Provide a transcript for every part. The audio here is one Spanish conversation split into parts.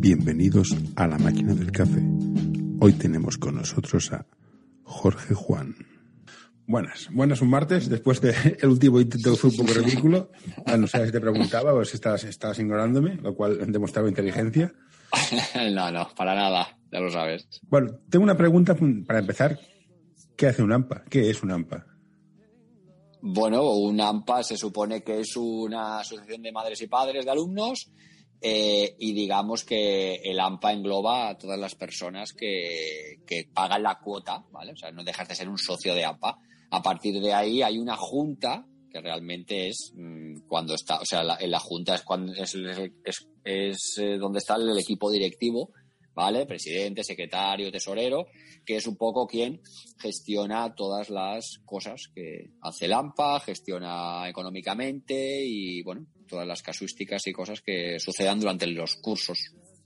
Bienvenidos a La Máquina del Café. Hoy tenemos con nosotros a Jorge Juan. Buenas un martes, después del último intento que fue un poco ridículo. No sé si te preguntaba o si estabas ignorándome, lo cual demostraba inteligencia. No, para nada, ya lo sabes. Bueno, tengo una pregunta para empezar. ¿Qué hace un AMPA? ¿Qué es un AMPA? Bueno, un AMPA se supone que es una asociación de madres y padres de alumnos y digamos que el AMPA engloba a todas las personas que pagan la cuota, ¿vale? O sea, no dejas de ser un socio de AMPA. A partir de ahí hay una junta que realmente es cuando está, o sea, la junta es cuando es donde está el equipo directivo, ¿vale? Presidente, secretario, tesorero, que es un poco quien gestiona todas las cosas que hace el AMPA, gestiona económicamente y, bueno, todas las casuísticas y cosas que sucedan durante los cursos.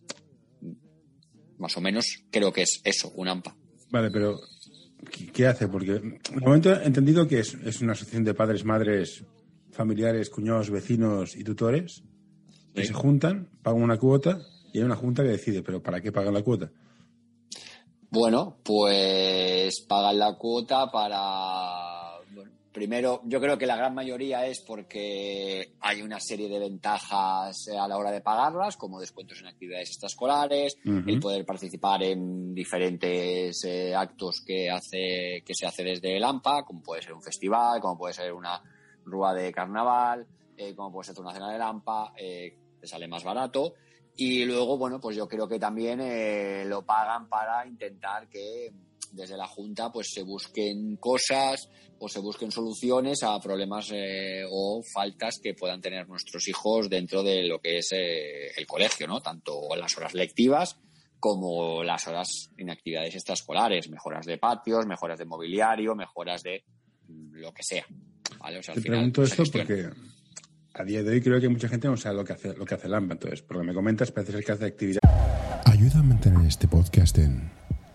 Más o menos creo que es eso, un AMPA. Vale, pero ¿qué hace? Porque de momento he entendido que es una asociación de padres, madres, familiares, cuñados, vecinos y tutores que se juntan, pagan una cuota y hay una junta que decide, pero ¿para qué pagan la cuota? Bueno, pues pagan la cuota para... Bueno, primero, yo creo que la gran mayoría es porque hay una serie de ventajas a la hora de pagarlas, como descuentos en actividades extraescolares, el poder participar en diferentes actos que se hace desde el AMPA, como puede ser un festival, como puede ser una rúa de carnaval, como puede ser una cena del AMPA, te sale más barato. Y luego, bueno, pues yo creo que también lo pagan para intentar que desde la Junta pues se busquen cosas o se busquen soluciones a problemas o faltas que puedan tener nuestros hijos dentro de lo que es el colegio, ¿no? Tanto las horas lectivas como las horas en actividades extraescolares, mejoras de patios, mejoras de mobiliario, mejoras de lo que sea, ¿vale? O sea, al Te final, pregunto esto gestiona. porque a día de hoy creo que mucha gente no sabe lo que hace el AMPA. Entonces, por lo que me comentas, parece ser que hace actividad. Ayuda a mantener este podcast en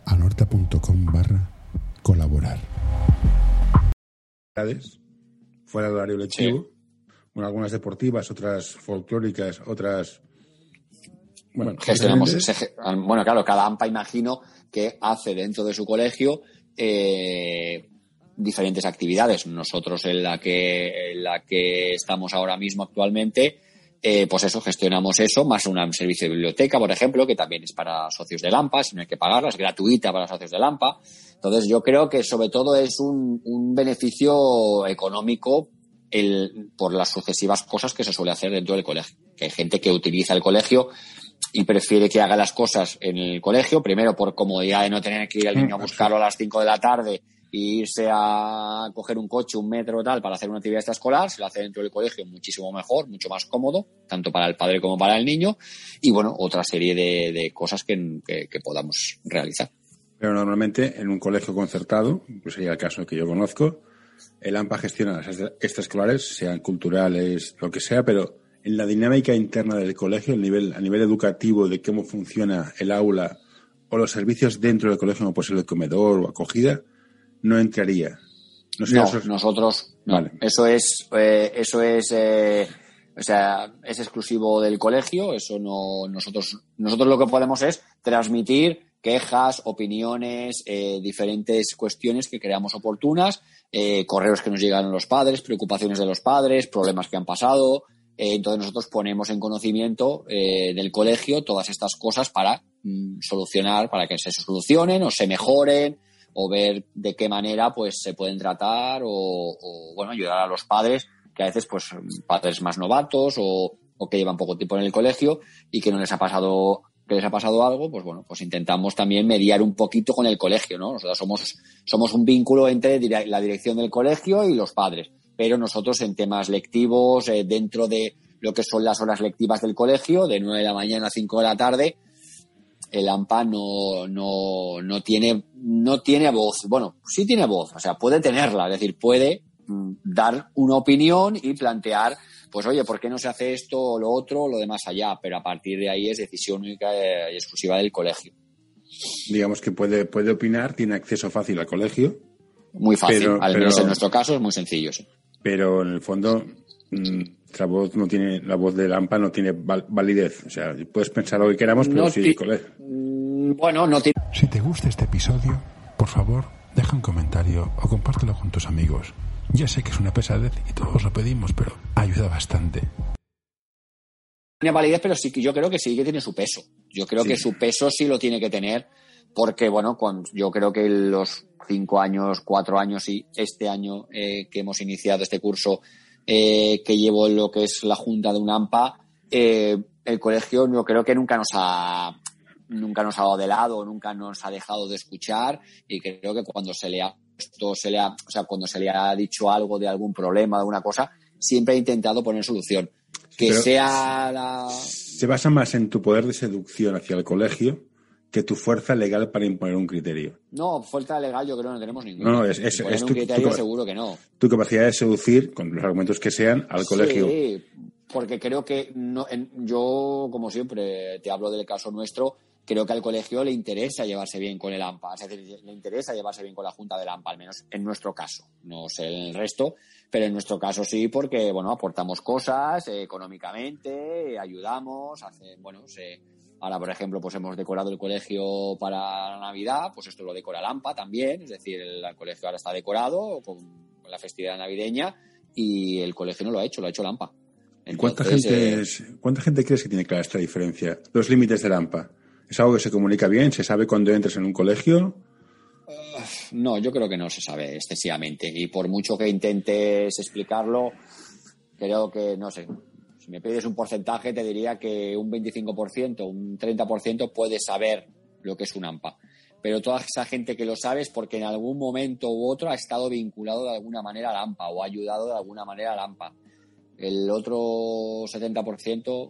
anorta.com/colaborar. Fuera del horario lectivo. Sí. Bueno, algunas deportivas, otras folclóricas, otras... Bueno, claro, cada AMPA imagino que hace dentro de su colegio diferentes actividades. Nosotros en la que estamos ahora mismo actualmente, pues eso, gestionamos eso, más un servicio de biblioteca, por ejemplo, que también es para socios del AMPA, si no hay que pagarla, es gratuita para socios del AMPA. Entonces yo creo que sobre todo es un beneficio económico por las sucesivas cosas que se suele hacer dentro del colegio. Que hay gente que utiliza el colegio y prefiere que haga las cosas en el colegio, primero por comodidad de no tener que ir al niño a buscarlo a las 5 de la tarde y irse a coger un coche, un metro o tal para hacer una actividad extraescolar. Se lo hace dentro del colegio muchísimo mejor, mucho más cómodo, tanto para el padre como para el niño. Y bueno, otra serie de cosas que podamos realizar. Pero normalmente en un colegio concertado, pues sería el caso que yo conozco, el AMPA gestiona las extraescolares, sean culturales, lo que sea, pero en la dinámica interna del colegio, a nivel educativo de cómo funciona el aula o los servicios dentro del colegio, como puede ser el comedor o acogida, no entraría. Nosotros no. Vale. Eso es exclusivo del colegio. Eso no. Nosotros lo que podemos es transmitir quejas, opiniones, diferentes cuestiones que creamos oportunas, correos que nos llegan a los padres, preocupaciones de los padres, problemas que han pasado. Entonces nosotros ponemos en conocimiento del colegio todas estas cosas para solucionar, para que se solucionen o se mejoren, o ver de qué manera pues se pueden tratar o bueno, ayudar a los padres, que a veces pues padres más novatos o que llevan poco tiempo en el colegio y que no les ha pasado algo, pues bueno, pues intentamos también mediar un poquito con el colegio, ¿no? Nosotros somos un vínculo entre la dirección del colegio y los padres, pero nosotros en temas lectivos, dentro de lo que son las horas lectivas del colegio, de 9 de la mañana a 5 de la tarde, el AMPA no tiene voz. Bueno, sí tiene voz, o sea, puede tenerla, es decir, puede dar una opinión y plantear, pues oye, ¿por qué no se hace esto o lo otro o lo de más allá? Pero a partir de ahí es decisión única y exclusiva del colegio. Digamos que puede opinar, tiene acceso fácil al colegio. Muy fácil, al menos en nuestro caso es muy sencillo. Sí. Pero en el fondo nuestra voz no tiene, la voz del AMPA no tiene validez. O sea, puedes pensar lo que queramos, pero No sí, ti- colega. Bueno, no tiene. Si te gusta este episodio, por favor, deja un comentario o compártelo con tus amigos. Ya sé que es una pesadez y todos lo pedimos, pero ayuda bastante. Tiene validez, pero sí que yo creo que sí que tiene su peso. Yo creo que su peso sí lo tiene que tener, porque bueno, yo creo que los 5 años, 4 años y este año que hemos iniciado este curso que llevo lo que es la junta de un AMPA, el colegio yo creo que nunca nos ha dado de lado, nunca nos ha dejado de escuchar, y creo que cuando cuando se le ha dicho algo de algún problema, de alguna cosa, siempre ha intentado poner solución. Que Pero sea la... se basa más en tu poder de seducción hacia el colegio que tu fuerza legal para imponer un criterio. No, fuerza legal yo creo que no tenemos ninguna. No, es un criterio seguro que no. Tu capacidad de seducir, con los argumentos que sean, al colegio. Sí, porque creo que yo, como siempre, te hablo del caso nuestro, creo que al colegio le interesa llevarse bien con el AMPA, es decir, le interesa llevarse bien con la Junta del AMPA, al menos en nuestro caso. No sé en el resto, pero en nuestro caso sí, porque bueno, aportamos cosas económicamente, ayudamos, ahora, por ejemplo, pues hemos decorado el colegio para la Navidad, pues esto lo decora el AMPA también, es decir, el colegio ahora está decorado con la festividad navideña y el colegio no lo ha hecho el AMPA. Entonces, ¿cuánta gente crees que tiene clara esta diferencia? Los límites del AMPA. ¿Es algo que se comunica bien? ¿Se sabe cuando entras en un colegio? No, yo creo que no se sabe excesivamente. Y por mucho que intentes explicarlo, creo que, no sé, si me pides un porcentaje, te diría que un 25%, un 30% puede saber lo que es un AMPA. Pero toda esa gente que lo sabe es porque en algún momento u otro ha estado vinculado de alguna manera al AMPA o ha ayudado de alguna manera al AMPA. El otro 70%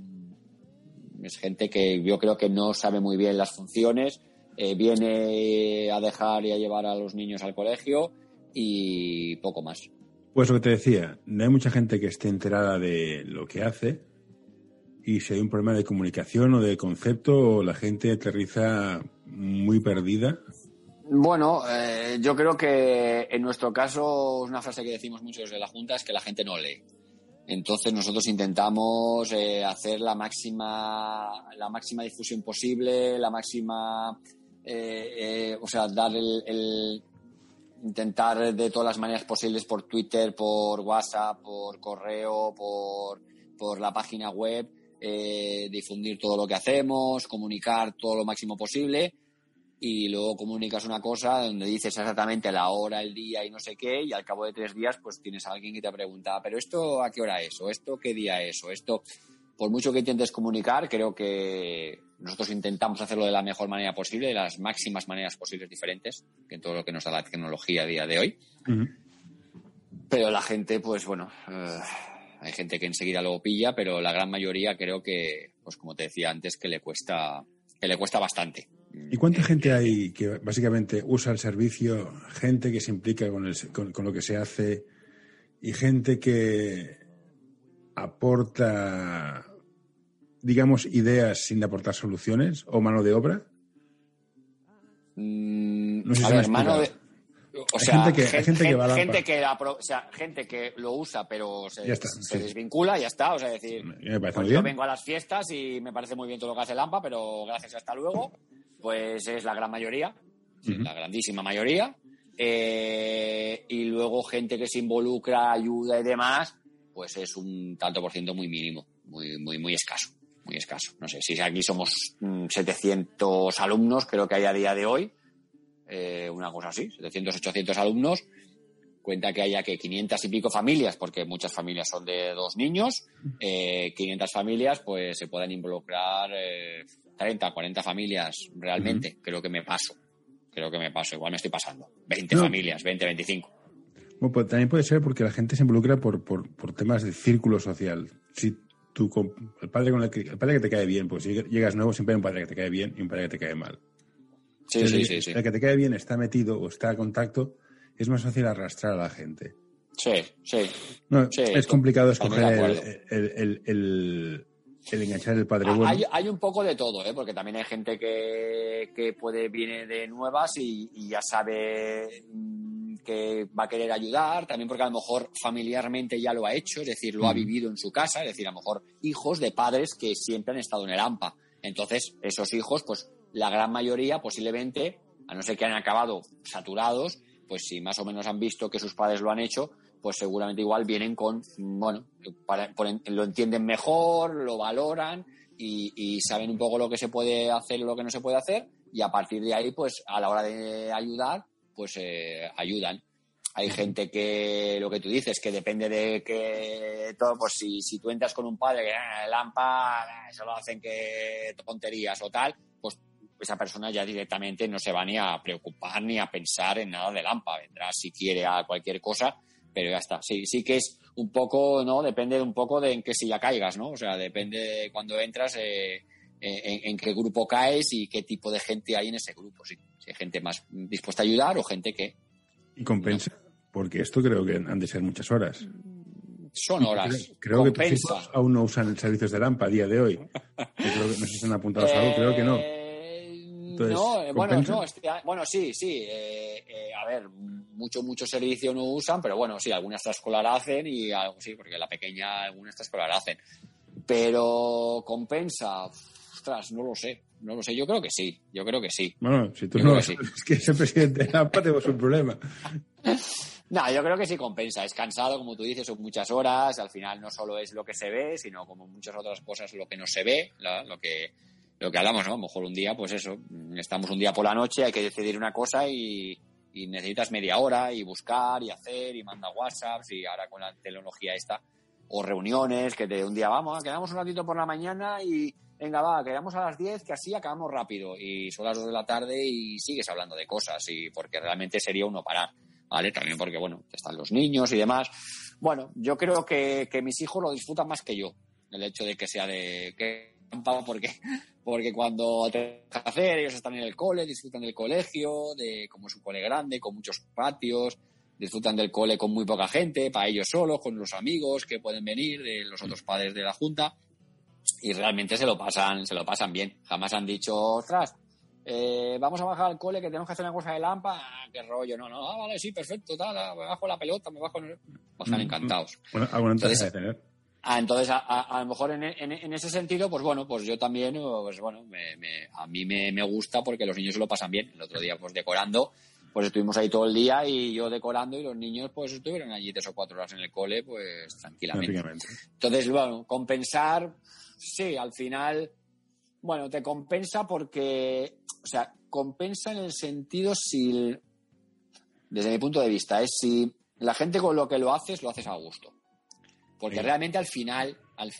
es gente que yo creo que no sabe muy bien las funciones, viene a dejar y a llevar a los niños al colegio y poco más. Pues lo que te decía, no hay mucha gente que esté enterada de lo que hace, y si hay un problema de comunicación o de concepto, la gente aterriza muy perdida. Bueno, yo creo que en nuestro caso, una frase que decimos mucho desde la Junta es que la gente no lee. Entonces nosotros intentamos hacer la máxima difusión posible, la máxima, dar intentar de todas las maneras posibles por Twitter, por WhatsApp, por correo, por la página web, difundir todo lo que hacemos, comunicar todo lo máximo posible. Y luego comunicas una cosa donde dices exactamente la hora, el día y no sé qué, y al cabo de 3 días pues tienes a alguien que te pregunta, ¿pero esto a qué hora es? ¿O esto qué día es? ¿O esto? Por mucho que intentes comunicar, creo que nosotros intentamos hacerlo de la mejor manera posible, de las máximas maneras posibles diferentes, que en todo lo que nos da la tecnología a día de hoy. Uh-huh. Pero la gente, pues bueno, hay gente que enseguida lo pilla, pero la gran mayoría creo que, pues como te decía antes, que le cuesta bastante. ¿Y cuánta gente hay que básicamente usa el servicio, gente que se implica con lo que se hace y gente que aporta, digamos, ideas sin aportar soluciones o mano de obra? No sé si mano de... O sea, gente que lo usa pero se desvincula y ya está. O sea, decir, pues yo vengo a las fiestas y me parece muy bien todo lo que hace el AMPA, pero gracias, hasta luego. Pues es la gran mayoría, uh-huh. La grandísima mayoría. Y luego gente que se involucra, ayuda y demás, pues es un tanto por ciento muy mínimo, muy escaso. Muy escaso. No sé, si aquí somos 700 alumnos, creo que hay a día de hoy. Una cosa así, 700, 800 alumnos, cuenta que haya que 500 y pico familias, porque muchas familias son de 2 niños, 500 familias, pues se pueden involucrar 30, 40 familias realmente. Uh-huh. Creo que me paso, igual me estoy pasando. 20 familias, 20, 25. Bueno, pues también puede ser porque la gente se involucra por temas de círculo social. Si el padre que te cae bien, pues si llegas nuevo, siempre hay un padre que te cae bien y un padre que te cae mal. Sí. El que te cae bien está metido o está a contacto, es más fácil arrastrar a la gente. Sí. No, sí, es complicado escoger el enganchar el padre bueno. Hay un poco de todo, porque también hay gente que viene de nuevas y ya sabe que va a querer ayudar, también porque a lo mejor familiarmente ya lo ha hecho, es decir, lo ha vivido en su casa, es decir, a lo mejor hijos de padres que siempre han estado en el AMPA. Entonces, esos hijos, pues la gran mayoría posiblemente, a no ser que hayan acabado saturados, pues si más o menos han visto que sus padres lo han hecho, pues seguramente igual vienen con, bueno, lo entienden mejor, lo valoran y saben un poco lo que se puede hacer y lo que no se puede hacer, y a partir de ahí, pues a la hora de ayudar, pues ayudan. Hay gente que, lo que tú dices, que depende de que todo, pues si tú entras con un padre que el AMPA solo hacen que tonterías o tal, pues esa persona ya directamente no se va ni a preocupar ni a pensar en nada del AMPA. Vendrá si quiere a cualquier cosa, pero ya está. Sí que es un poco, ¿no? Depende un poco de en qué silla caigas, ¿no? O sea, depende de cuando entras, en qué grupo caes y qué tipo de gente hay en ese grupo. Sí. Si hay gente más dispuesta a ayudar o gente que... ¿Y compensa? No. Porque esto creo que han de ser muchas horas. Son horas. Creo que tus hijos aún no usan servicios de AMPA a día de hoy. Yo creo que no sé si están apuntados a algo, creo que no. Entonces, bueno, sí. A ver, mucho servicio no usan, pero bueno, sí, alguna extraescolar hacen y algo sí, porque la pequeña alguna extraescolar hacen. Pero compensa, ostras, no lo sé, yo creo que sí. Bueno, si tú no lo sabes, es que ese presidente de AMPA tenemos un problema. No, yo creo que sí compensa. Es cansado, como tú dices, son muchas horas. Al final no solo es lo que se ve, sino como muchas otras cosas lo que no se ve, lo que hablamos, ¿no? A lo mejor un día, pues eso, estamos un día por la noche, hay que decidir una cosa y necesitas media hora y buscar y hacer y manda WhatsApps y ahora con la tecnología esta, o reuniones que de un día quedamos un ratito por la mañana y venga, quedamos a las 10 que así acabamos rápido y son las 2 de la tarde y sigues hablando de cosas y porque realmente sería uno parar. ¿Vale? También porque, bueno, están los niños y demás. Bueno, yo creo que mis hijos lo disfrutan más que yo, el hecho de que sea de AMPA, porque cuando te deja hacer, ellos están en el cole, disfrutan del colegio, de como es un cole grande, con muchos patios, disfrutan del cole con muy poca gente, para ellos solos, con los amigos que pueden venir, de los otros padres de la junta, y realmente se lo pasan bien. Jamás han dicho, ostras, vamos a bajar al cole que tenemos que hacer una cosa de AMPA, qué rollo, no, vale, sí, perfecto, tal, me bajo la pelota, bajan encantados. Bueno, alguna ventaja de tener. Entonces, a lo mejor en ese sentido, pues bueno, pues yo también, pues bueno, a mí me gusta porque los niños se lo pasan bien. El otro día, pues decorando, pues estuvimos ahí todo el día y yo decorando y los niños pues estuvieron allí 3 o 4 horas en el cole, pues tranquilamente. Entonces, bueno, compensar, sí, al final, bueno, te compensa porque, o sea, compensa en el sentido si, desde mi punto de vista, es si la gente con lo que lo haces a gusto. Porque realmente al final,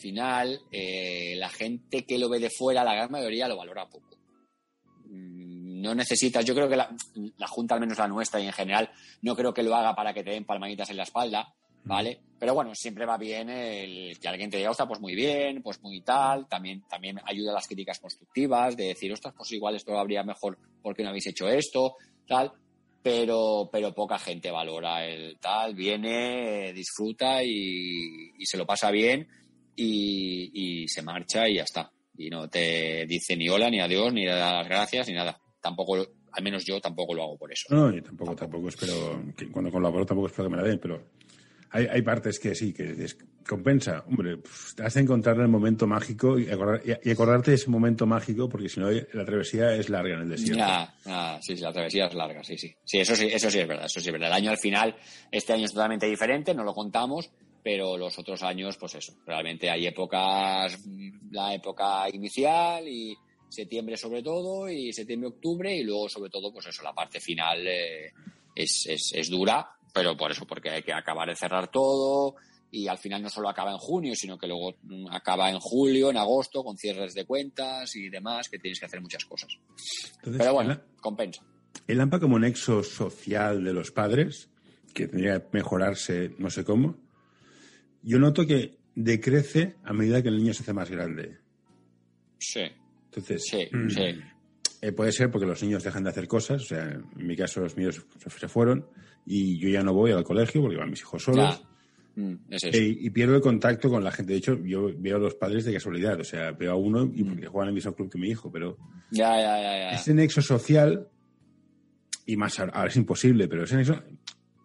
la gente que lo ve de fuera, la gran mayoría lo valora poco. No necesitas, yo creo que la Junta, al menos la nuestra y en general, no creo que lo haga para que te den palmaditas en la espalda, ¿vale? Pero bueno, siempre va bien el que alguien te diga, ostras, pues muy bien, pues muy tal, también ayuda a las críticas constructivas, de decir, ostras, pues igual esto lo habría mejor porque no habéis hecho esto, tal, pero poca gente valora el tal, viene, disfruta y se lo pasa bien y se marcha y ya está. Y no te dice ni hola, ni adiós, ni da las gracias, ni nada. Tampoco, al menos yo tampoco lo hago por eso. No, yo tampoco espero, que cuando colaboro tampoco espero que me la den, pero hay partes que sí, que compensa. Hombre, te has de encontrar el momento mágico y acordarte de ese momento mágico, porque si no, la travesía es larga en el desierto. Sí, la travesía es larga, sí. Sí, eso sí es verdad, El año al final, este año es totalmente diferente, no lo contamos, pero los otros años, pues eso, realmente hay épocas, la época inicial y septiembre sobre todo, y septiembre-octubre, y luego sobre todo, pues eso, la parte final es dura, pero por eso, porque hay que acabar de cerrar todo, y al final no solo acaba en junio, sino que luego acaba en julio, en agosto, con cierres de cuentas y demás, que tienes que hacer muchas cosas. Entonces, pero bueno, compensa. El AMPA como nexo social de los padres, que tendría que mejorarse no sé cómo, yo noto que decrece a medida que el niño se hace más grande. Sí. Entonces, sí. Puede ser porque los niños dejan de hacer cosas. O sea, en mi caso los míos se fueron y yo ya no voy al colegio porque van mis hijos solos. Es eso. Y pierdo el contacto con la gente. De hecho, yo veo a los padres de casualidad. O sea, veo a uno y porque juegan en el mismo club que mi hijo. Pero ya. ese nexo social, y más ahora es imposible, pero ese nexo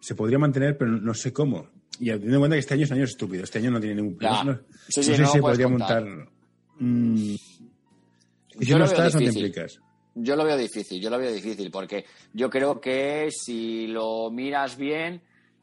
se podría mantener, pero no sé cómo. Y teniendo en cuenta que este año es un año estúpido, este año no tiene ningún plan. No sé si se podría montar. Si no estás, no te implicas. Yo lo veo difícil, porque yo creo que si lo miras bien,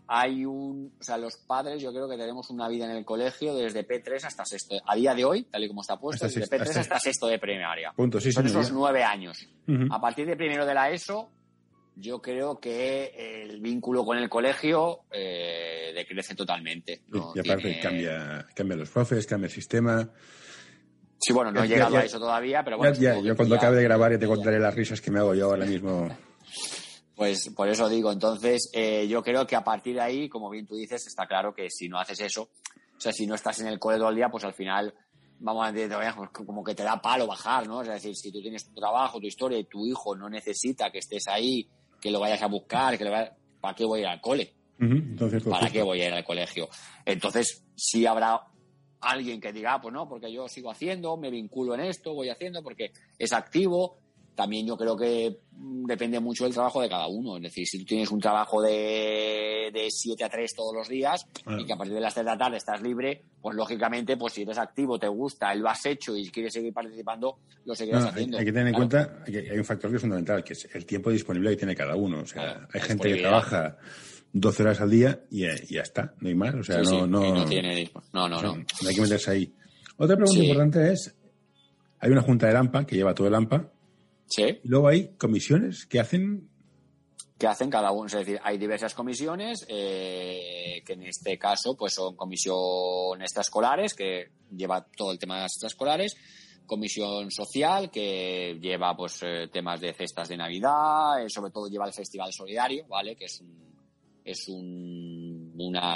los padres, yo creo que tenemos una vida en el colegio desde P3 hasta sexto, a día de hoy, tal y como está puesto, desde P3 hasta sexto de primaria. Son esos 9 años. A partir de primero de la ESO, yo creo que el vínculo con el colegio decrece totalmente. ¿No? Y aparte cambia los profes, cambia el sistema. Sí, bueno, no he llegado a eso todavía, pero bueno. Yo cuando acabe de grabar ya te contaré las risas que me hago yo ahora mismo. Pues por eso digo, entonces yo creo que a partir de ahí, como bien tú dices, está claro que si no haces eso, o sea, si no estás en el cole todo el día, pues al final, vamos a decir, como que te da palo bajar, ¿no? Es decir, si tú tienes tu trabajo, tu historia y tu hijo no necesita que estés ahí, que lo vayas a buscar, ¿para qué voy a ir al cole? Entonces, ¿Para qué voy a ir al colegio? Entonces, sí habrá alguien que diga, pues no, porque yo sigo haciendo, me vinculo en esto, voy haciendo, porque es activo. También yo creo que depende mucho del trabajo de cada uno. Es decir, si tú tienes un trabajo de 7 a 3 todos los días y que a partir de las 3 de la tarde estás libre, pues lógicamente, pues si eres activo, te gusta, lo has hecho y quieres seguir participando, lo seguirás haciendo. Hay que tener en cuenta que hay un factor que es fundamental, que es el tiempo disponible que tiene cada uno. O sea, hay gente que trabaja 12 horas al día y ya está, no hay más. O sea, no hay que meterse ahí. Otra pregunta importante es, hay una junta del AMPA que lleva todo el AMPA. Sí. Y luego hay comisiones que hacen cada uno, es decir, hay diversas comisiones que en este caso pues son comisión extraescolares, que lleva todo el tema de las extraescolares, comisión social, que lleva pues temas de cestas de Navidad, sobre todo lleva el Festival Solidario, ¿vale? Que es un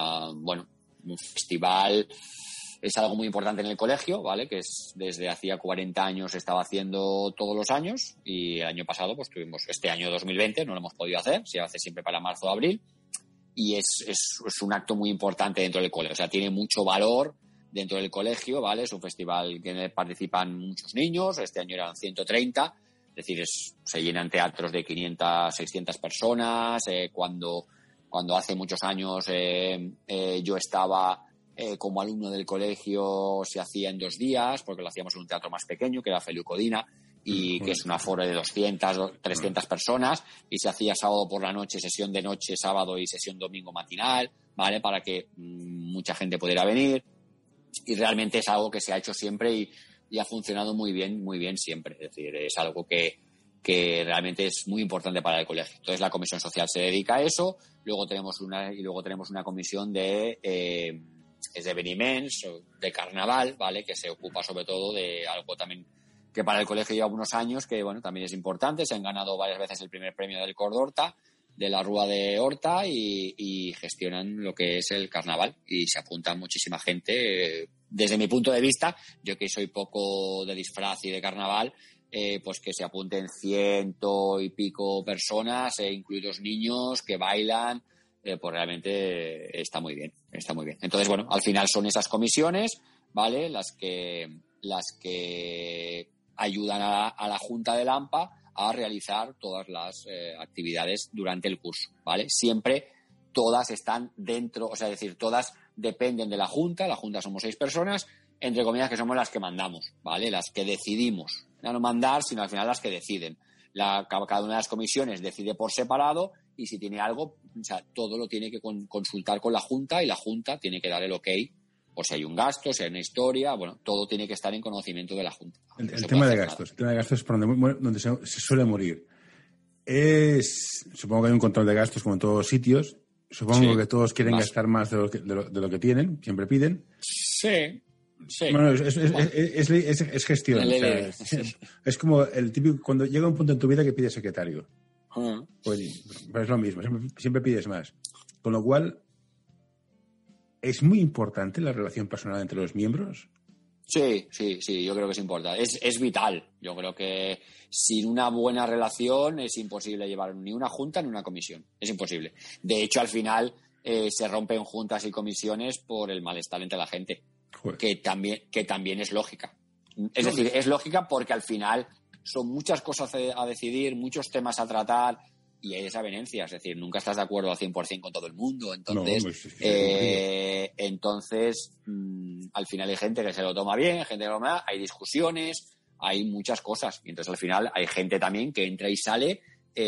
festival. Es algo muy importante en el colegio, ¿vale? Que es desde hacía 40 años se estaba haciendo todos los años y el año pasado pues tuvimos, este año 2020 no lo hemos podido hacer, se hace siempre para marzo o abril y es un acto muy importante dentro del colegio, o sea, tiene mucho valor dentro del colegio, ¿vale? Es un festival que participan muchos niños, este año eran 130, es decir, se llenan teatros de 500, 600 personas, cuando hace muchos años yo estaba como alumno del colegio se hacía en 2 días, porque lo hacíamos en un teatro más pequeño, que era Feliu Codina, y que es un aforo de 200, 300 personas, y se hacía sábado por la noche, sesión de noche, sábado y sesión domingo matinal, ¿vale? Para que mucha gente pudiera venir, y realmente es algo que se ha hecho siempre y ha funcionado muy bien siempre, es decir, es algo que realmente es muy importante para el colegio. Entonces la comisión social se dedica a eso, luego tenemos una comisión de esdeveniments, de carnaval, ¿vale? Que se ocupa sobre todo de algo también que para el colegio lleva unos años, que bueno, también es importante. Se han ganado varias veces el primer premio del Cor d'Horta, de la Rúa de Horta, y gestionan lo que es el carnaval y se apunta muchísima gente. Desde mi punto de vista, yo que soy poco de disfraz y de carnaval, pues que se apunten 100 y pico personas, incluidos niños que bailan. Pues realmente está muy bien. Entonces, bueno, al final son esas comisiones, ¿vale? Las que ayudan a la Junta del AMPA a realizar todas las actividades durante el curso, ¿vale? Siempre todas están dentro, o sea, es decir, todas dependen de la Junta somos 6 personas, entre comillas, que somos las que mandamos, ¿vale? Las que decidimos, no mandar, sino al final las que deciden. Cada una de las comisiones decide por separado y si tiene algo, o sea, todo lo tiene que consultar con la Junta y la Junta tiene que dar el ok, o si hay un gasto, si hay una historia, bueno, todo tiene que estar en conocimiento de la Junta. El tema de gastos es por donde se suele morir. Supongo que hay un control de gastos como en todos los sitios. Supongo que todos quieren gastar más de lo que tienen, siempre piden. Sí. Bueno, es gestión. O sea, es como el típico, cuando llega un punto en tu vida que pides secretario. Pues es lo mismo, siempre pides más. Con lo cual, ¿es muy importante la relación personal entre los miembros? Sí, yo creo que es importante. Es vital. Yo creo que sin una buena relación es imposible llevar ni una junta ni una comisión. Es imposible. De hecho, al final se rompen juntas y comisiones por el malestar entre la gente. Joder. Que también es lógica. Es decir, es lógica porque al final son muchas cosas a decidir, muchos temas a tratar y hay desavenencias, es decir, nunca estás de acuerdo al 100% con todo el mundo. Entonces, No, pues, al final hay gente que se lo toma bien, gente que lo toma mal, hay discusiones, hay muchas cosas. Y entonces al final hay gente también que entra y sale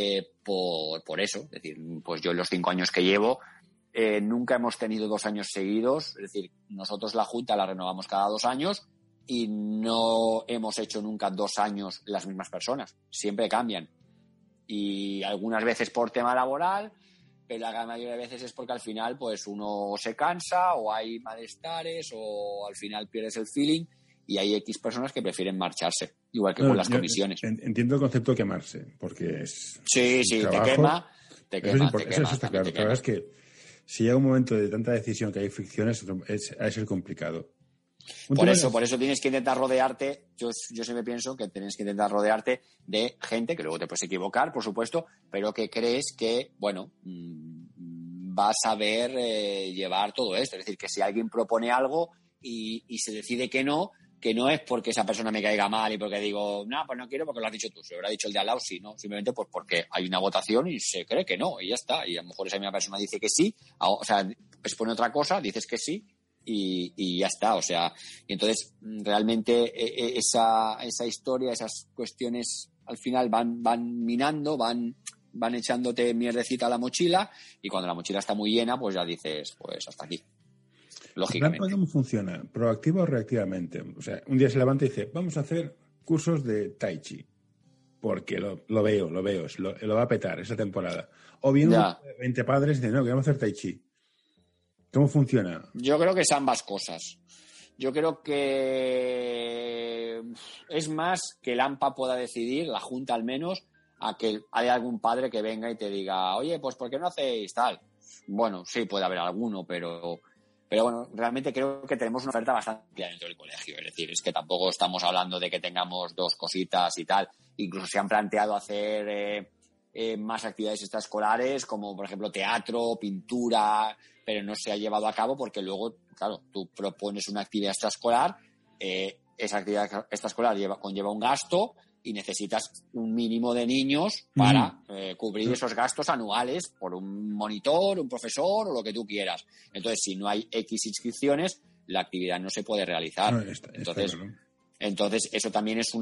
por eso. Es decir, pues yo en los 5 años que llevo nunca hemos tenido 2 años seguidos. Es decir, nosotros la Junta la renovamos cada 2 años y no hemos hecho nunca 2 años las mismas personas. Siempre cambian. Y algunas veces por tema laboral, pero la gran mayoría de veces es porque al final pues uno se cansa o hay malestares o al final pierdes el feeling y hay X personas que prefieren marcharse, igual que con las comisiones. Entiendo el concepto de quemarse, porque es Sí, trabajo. te quema. Eso está claro. La verdad es que si llega un momento de tanta decisión que hay fricciones, ha de ser complicado. Por eso tienes que intentar rodearte, yo siempre pienso que tienes que intentar rodearte de gente, que luego te puedes equivocar, por supuesto, pero que crees que, bueno, va a saber llevar todo esto. Es decir, que si alguien propone algo y se decide que no es porque esa persona me caiga mal y porque digo, no, pues no quiero porque lo has dicho tú, se lo habrá dicho el de al lado, sí, no, simplemente pues porque hay una votación y se cree que no, y ya está. Y a lo mejor esa misma persona dice que sí, o sea, expone otra cosa, dices que sí, y ya está, o sea, y entonces realmente esa historia, esas cuestiones al final van minando, van echándote mierdecita a la mochila y cuando la mochila está muy llena, pues ya dices, pues hasta aquí. Lógicamente. ¿Cómo funciona? ¿Proactivo o reactivamente? O sea, un día se levanta y dice, vamos a hacer cursos de Tai Chi. Porque lo veo, lo va a petar esa temporada. O bien 20 padres dicen, no, queremos hacer Tai Chi. ¿Cómo funciona? Yo creo que es ambas cosas. Yo creo que es más que el AMPA pueda decidir, la Junta al menos, a que haya algún padre que venga y te diga, oye, pues ¿por qué no hacéis tal? Bueno, sí, puede haber alguno, pero bueno, realmente creo que tenemos una oferta bastante amplia dentro del colegio. Es decir, es que tampoco estamos hablando de que tengamos 2 cositas y tal. Incluso se han planteado hacer más actividades extraescolares, como por ejemplo teatro, pintura, pero no se ha llevado a cabo porque luego, claro, tú propones una actividad extraescolar, esa actividad extraescolar conlleva un gasto y necesitas un mínimo de niños para cubrir esos gastos anuales por un monitor, un profesor o lo que tú quieras. Entonces, si no hay X inscripciones, la actividad no se puede realizar. No, Entonces, eso también es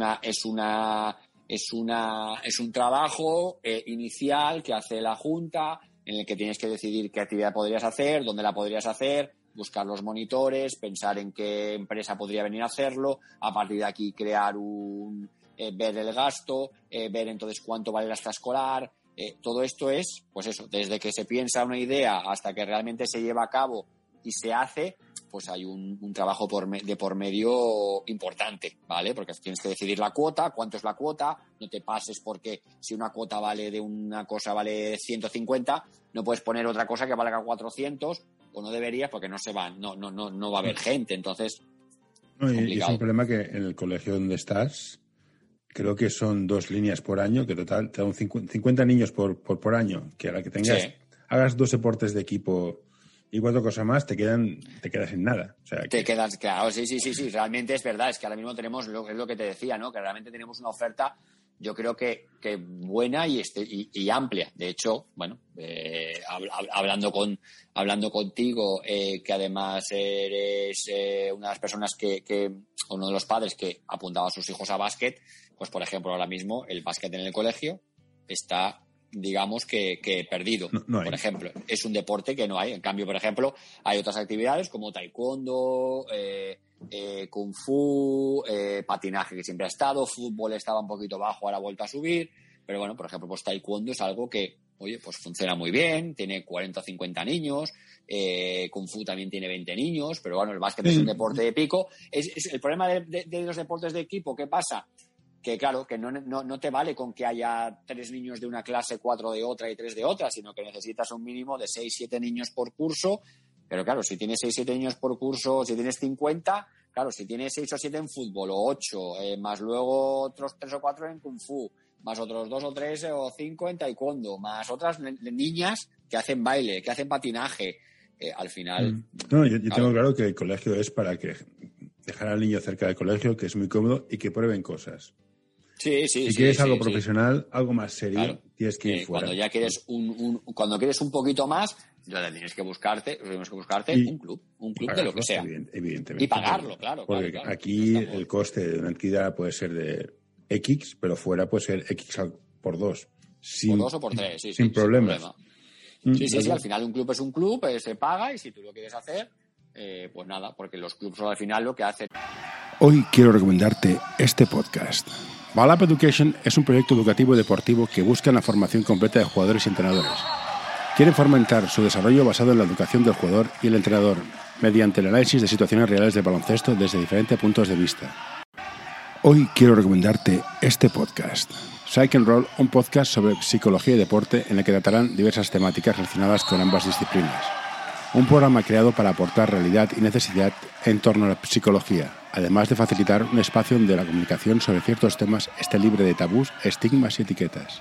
un trabajo inicial que hace la Junta en el que tienes que decidir qué actividad podrías hacer, dónde la podrías hacer, buscar los monitores, pensar en qué empresa podría venir a hacerlo, a partir de aquí crear ver el gasto, ver entonces cuánto vale la extraescolar. Todo esto es, pues eso, desde que se piensa una idea hasta que realmente se lleva a cabo y se hace, pues hay un trabajo de por medio importante, ¿vale? Porque tienes que decidir la cuota, cuánto es la cuota, no te pases porque si una cuota de una cosa vale 150, no puedes poner otra cosa que valga 400, o no deberías porque no va a haber gente, entonces y es un problema que en el colegio donde estás, creo que son 2 líneas por año, que total te dan 50 niños por año, que a la que tengas, hagas 2 deportes de equipo y 4 cosas más, te quedas sin nada. O sea, te quedas, claro, sí, realmente es verdad, es que ahora mismo tenemos, es lo que te decía, ¿no? Que realmente tenemos una oferta, yo creo que buena y amplia. De hecho, bueno, hablando contigo, que además eres una de las personas uno de los padres que apuntaba a sus hijos a básquet, pues por ejemplo ahora mismo el básquet en el colegio está, digamos que perdido. No hay. Por ejemplo, es un deporte que no hay. En cambio, por ejemplo, hay otras actividades como taekwondo, kung fu, patinaje que siempre ha estado, fútbol estaba un poquito bajo, ahora ha vuelto a subir, pero bueno, por ejemplo, pues taekwondo es algo que, oye, pues funciona muy bien, tiene 40 o 50 niños, kung fu también tiene 20 niños, pero bueno, el básquet es un deporte de pico. Es el problema de los deportes de equipo, ¿qué pasa? Que claro, que no te vale con que haya 3 niños de una clase, 4 de otra y 3 de otra, sino que necesitas un mínimo de 6-7 niños por curso. Pero claro, si tienes 6-7 niños por curso, si tienes 50, claro, si tienes 6 o 7 en fútbol o 8, más luego otros 3 o 4 en kung fu, más otros 2 o 3 o 5 en taekwondo, más otras niñas que hacen baile, que hacen patinaje, al final... No, yo tengo claro que el colegio es para que dejar al niño cerca del colegio, que es muy cómodo y que prueben cosas. Si quieres algo profesional, algo más serio, tienes que ir fuera. Cuando ya quieres cuando quieres un poquito más, ya tienes que buscarte un club de lo que sea. Evidentemente. Y pagarlo, claro. Porque claro. aquí el coste de una entidad puede ser de X, pero fuera puede ser X por 2. Por 2 o por 3, sin problemas. Sí, al final un club es un club, se paga, y si tú lo quieres hacer, pues nada, porque los clubes al final lo que hacen... Hoy quiero recomendarte este podcast. Balap Education es un proyecto educativo y deportivo que busca la formación completa de jugadores y entrenadores. Quieren fomentar su desarrollo basado en la educación del jugador y el entrenador, mediante el análisis de situaciones reales del baloncesto desde diferentes puntos de vista. Hoy quiero recomendarte este podcast. Psych and Roll, un podcast sobre psicología y deporte en el que tratarán diversas temáticas relacionadas con ambas disciplinas. Un programa creado para aportar realidad y necesidad en torno a la psicología, además de facilitar un espacio donde la comunicación sobre ciertos temas esté libre de tabús, estigmas y etiquetas.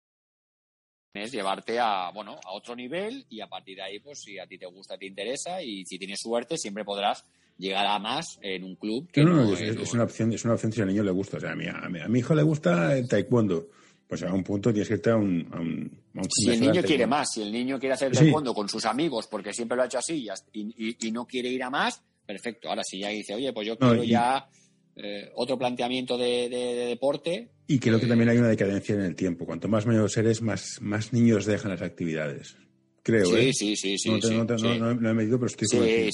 Es llevarte a otro nivel, y a partir de ahí, pues si a ti te gusta, te interesa, y si tienes suerte, siempre podrás llegar a más en un club. Que es una opción si al niño le gusta. O sea, a mi hijo le gusta el taekwondo. Pues a un punto tienes que irte a un si el niño quiere más, si el niño quiere hacer taekwondo con sus amigos porque siempre lo ha hecho así y no quiere ir a más, perfecto. Ahora si ya dice, oye, pues yo quiero otro planteamiento de deporte. Y creo que también hay una decadencia en el tiempo. Cuanto más mayor eres, más niños dejan las actividades. Creo, Sí. No he medido, pero estoy convencido.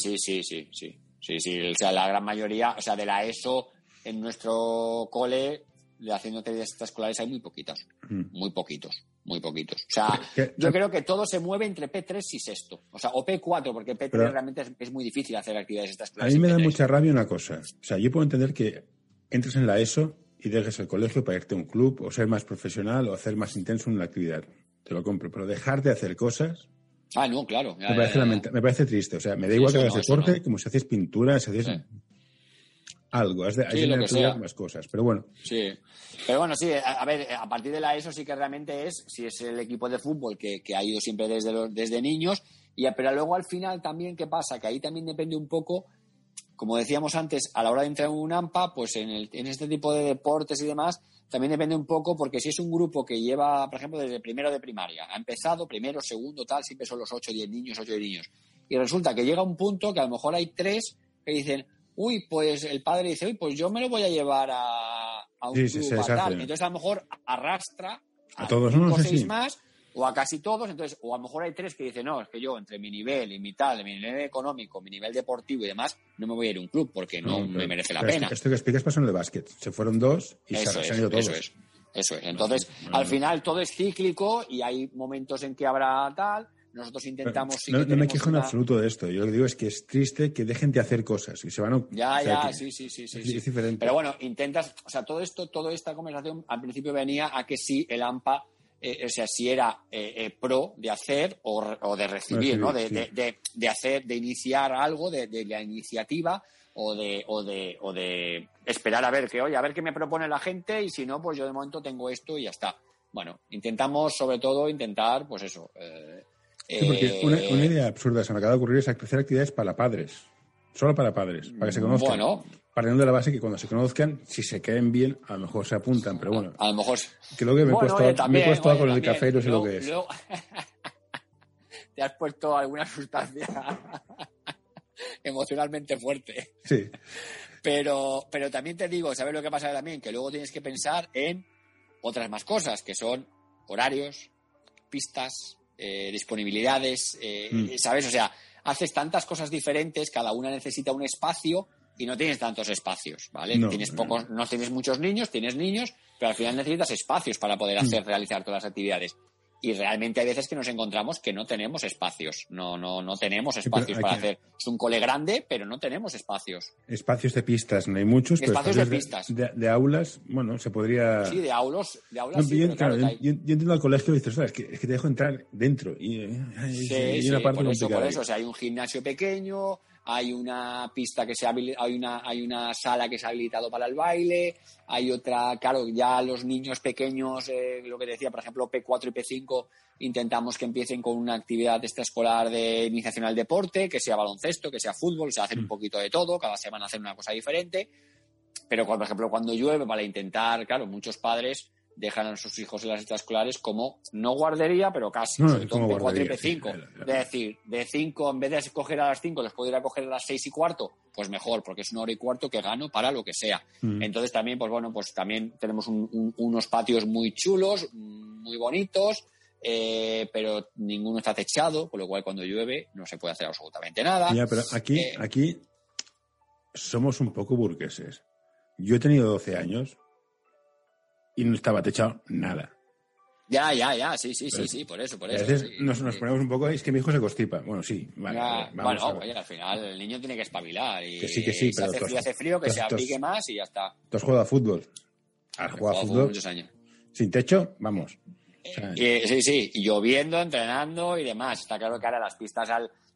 Sí. O sea, la gran mayoría, o sea, de la ESO en nuestro cole, haciendo actividades extraescolares hay muy poquitos. Muy poquitos. O sea, yo creo que todo se mueve entre P3 y sexto. O sea, o P4, porque P3 realmente es muy difícil hacer actividades extraescolares. A mí me da mucha rabia una cosa. O sea, yo puedo entender que entres en la ESO y dejes el colegio para irte a un club, o ser más profesional, o hacer más intenso en la actividad. Te lo compro. Pero dejar de hacer cosas... no, claro. Me parece triste. O sea, me da igual que hagas deporte, como si haces pintura, si haces... algo, has de estudiar más cosas, pero bueno. Sí, pero bueno, sí, a ver, a partir de la ESO sí que realmente si es el equipo de fútbol que ha ido siempre desde niños, pero luego al final también, ¿qué pasa? Que ahí también depende un poco, como decíamos antes, a la hora de entrar en un AMPA, pues en este tipo de deportes y demás, también depende un poco, porque si es un grupo que lleva, por ejemplo, desde primero de primaria, ha empezado, primero, segundo, tal, siempre son los 8 o 10 niños, y resulta que llega un punto que a lo mejor hay 3 que dicen... pues el padre dice, pues yo me lo voy a llevar a un club a tal. Entonces a lo mejor arrastra a todos 5 o 6 más, o a casi todos. Entonces, o a lo mejor hay 3 que dicen, no, es que yo entre mi nivel y mi nivel económico, mi nivel deportivo y demás, no me voy a ir a un club porque no me merece la pena. Esto que explicas pasó en el básquet. Se fueron 2 y se han ido todos. Eso es. Entonces, al final todo es cíclico y hay momentos en que habrá tal... Nosotros intentamos... No me quejo en absoluto de esto. Yo lo que digo es que es triste que dejen de hacer cosas y se van a... Sí. Es diferente. Pero bueno, intentas... O sea, toda esta conversación al principio venía a que sí, el AMPA, si era pro de hacer o de recibir, ¿no? De hacer, de iniciar algo, de la iniciativa o de esperar a ver qué me propone la gente, y si no, pues yo de momento tengo esto y ya está. Bueno, intentamos, sobre todo, pues eso... Sí, porque una idea absurda se me acaba de ocurrir es hacer actividades para padres. Solo para padres, para que se conozcan. Bueno. Partiendo de la base que cuando se conozcan, si se caen bien, a lo mejor se apuntan, pero bueno. A lo mejor... Creo que me he puesto con el café y no sé lo que es. Te has puesto alguna sustancia emocionalmente fuerte. Sí. Pero también te digo, ¿sabes lo que pasa también? Que luego tienes que pensar en otras más cosas, que son horarios, pistas... disponibilidades, ¿sabes? O sea, haces tantas cosas diferentes, cada una necesita un espacio y no tienes tantos espacios, ¿vale? No tienes muchos niños, tienes niños, pero al final necesitas espacios para poder realizar todas las actividades. Y realmente hay veces que nos encontramos que no tenemos espacios, no tenemos espacios para hacer. Es un cole grande, pero no tenemos espacios. Espacios de pistas no hay muchos, pero espacios de pistas. De aulas, bueno, se podría... Sí, de aulas no, sí, yo entiendo al colegio y dices, es que te dejo entrar dentro. Y una parte por eso, o sea, hay un gimnasio pequeño, hay una pista hay una sala que se ha habilitado para el baile, hay otra, claro, ya los niños pequeños, lo que decía, por ejemplo, P4 y P5, intentamos que empiecen con una actividad extraescolar de iniciación al deporte, que sea baloncesto, que sea fútbol, se hace un poquito de todo, cada semana hacen una cosa diferente. Pero, por ejemplo, cuando llueve, para intentar, claro, muchos padres dejan a sus hijos en las extraescolares como no guardería, pero casi, sobre todo en P4 y P5. Sí, claro. Es decir, de 5, en vez de escoger a las 5, les puedo ir a coger a las 6:15, pues mejor, porque es 1h15 que gano para lo que sea. Entonces también, pues bueno, pues también tenemos unos patios muy chulos, muy bonitos, pero ninguno está techado, con lo cual cuando llueve no se puede hacer absolutamente nada. Ya, pero aquí somos un poco burgueses. Yo he tenido 12 años y no estaba techado nada. Ya, sí, por eso. A veces sí, nos ponemos un poco, es que mi hijo se constipa. Bueno, sí, vale. Oye, al final el niño tiene que espabilar. Y que sí, si pero hace frío, que se abrigue más y ya está. ¿Tú has jugado a fútbol? ¿Has jugado a fútbol? Muchos años. ¿Sin techo? Vamos. Sí, lloviendo, entrenando y demás. Está claro que ahora las pistas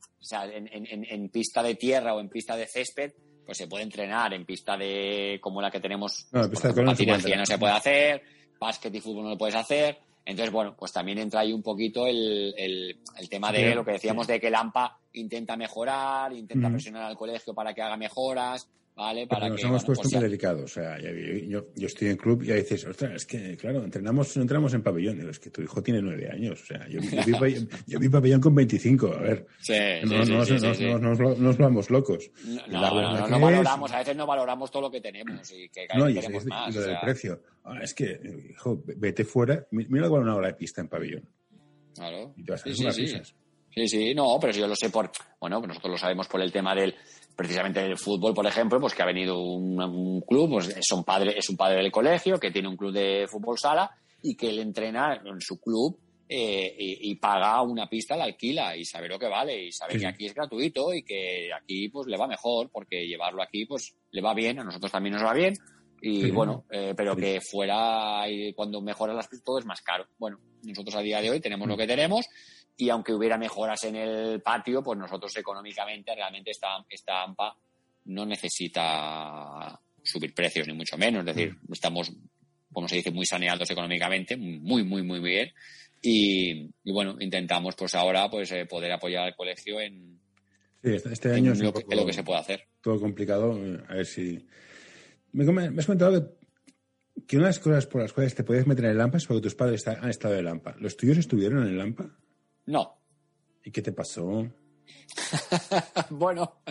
en pista de tierra o en pista de césped, pues se puede entrenar. En pista como la que tenemos, patinaje no se puede hacer, básquet y fútbol no lo puedes hacer. Entonces, bueno, pues también entra ahí un poquito el tema de lo que decíamos de que el AMPA intenta mejorar, intenta presionar al colegio para que haga mejoras, ¿vale? Para nos que hemos puesto muy delicados. O sea, yo estoy en club y ahí dices, ostras, es que, claro, no entramos en pabellón. Digo, es que tu hijo tiene 9 años. O sea, yo vi pabellón con 25. A ver, no nos vamos locos. No valoramos, a veces no valoramos todo lo que tenemos y que cada vez queremos más. Y lo del precio. Es que, hijo, vete fuera. Mira igual una hora de pista en pabellón. Claro. Y te vas a hacer unas risas. Sí, no, pero yo lo sé bueno, nosotros lo sabemos por el tema precisamente del fútbol, por ejemplo, pues que ha venido un club, pues es un padre del colegio que tiene un club de fútbol sala y que él entrena en su club y paga una pista, la alquila y sabe lo que vale y sabe que aquí es gratuito y que aquí pues le va mejor porque llevarlo aquí pues le va bien, a nosotros también nos va bien y pero que fuera y cuando mejoras las pistas todo es más caro. Bueno, nosotros a día de hoy tenemos lo que tenemos. Y aunque hubiera mejoras en el patio, pues nosotros económicamente realmente esta AMPA no necesita subir precios, ni mucho menos. Es decir, estamos, como se dice, muy saneados económicamente, muy, muy, muy bien. Y bueno, intentamos pues ahora pues poder apoyar al colegio en año en lo que se puede hacer. Todo complicado. A ver si... Me has comentado que una de las cosas por las cuales te puedes meter en el AMPA es porque tus padres han estado en el AMPA. ¿Los tuyos estuvieron en el AMPA? No. ¿Y qué te pasó? Bueno,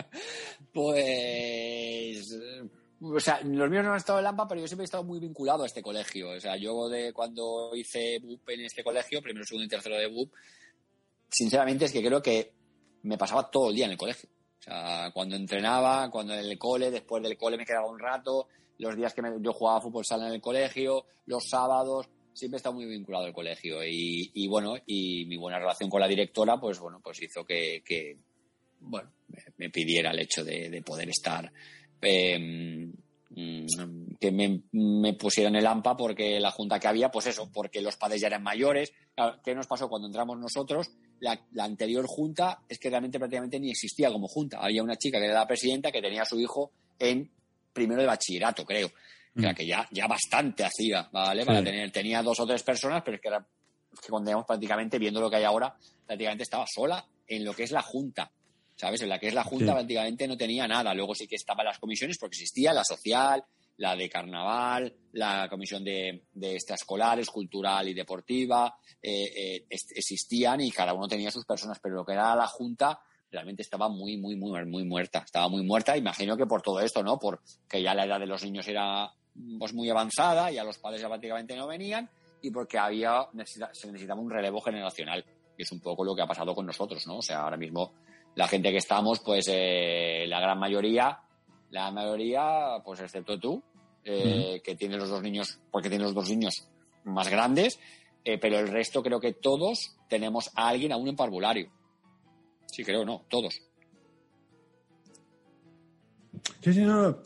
pues... O sea, los míos no han estado en el AMPA, pero yo siempre he estado muy vinculado a este colegio. O sea, yo cuando hice BUP en este colegio, primero, segundo y tercero de BUP, sinceramente es que creo que me pasaba todo el día en el colegio. O sea, cuando entrenaba, cuando en el cole, después del cole me quedaba un rato, los días que yo jugaba fútbol sala en el colegio, los sábados... Siempre he estado muy vinculado al colegio y bueno, y mi buena relación con la directora, pues bueno, pues hizo que me pidiera el hecho de poder estar, que me pusieran el AMPA porque la junta que había, pues eso, porque los padres ya eran mayores. Claro, ¿qué nos pasó cuando entramos nosotros? La anterior junta es que realmente prácticamente ni existía como junta. Había una chica que era la presidenta que tenía a su hijo en primero de bachillerato, creo. O sea, que ya bastante hacía, ¿vale? Sí. Tenía 2 o 3 personas, pero es que cuando íbamos prácticamente, viendo lo que hay ahora, prácticamente estaba sola en lo que es la Junta, ¿sabes? En la que es la Junta prácticamente no tenía nada. Luego sí que estaban las comisiones, porque existía la social, la de carnaval, la comisión de extraescolares, cultural y deportiva, existían y cada uno tenía sus personas, pero lo que era la Junta realmente estaba muy, muy, muy, muy muerta. Estaba muy muerta, imagino que por todo esto, ¿no? Porque ya la edad de los niños era pues muy avanzada, ya los padres ya prácticamente no venían y porque se necesitaba un relevo generacional. Y es un poco lo que ha pasado con nosotros, ¿no? O sea, ahora mismo la gente que estamos, pues la gran mayoría, pues excepto tú, que tienes los 2 niños, porque tienes los 2 niños más grandes, pero el resto creo que todos tenemos a alguien aún en parvulario. Sí, creo, no, todos. Sí, no.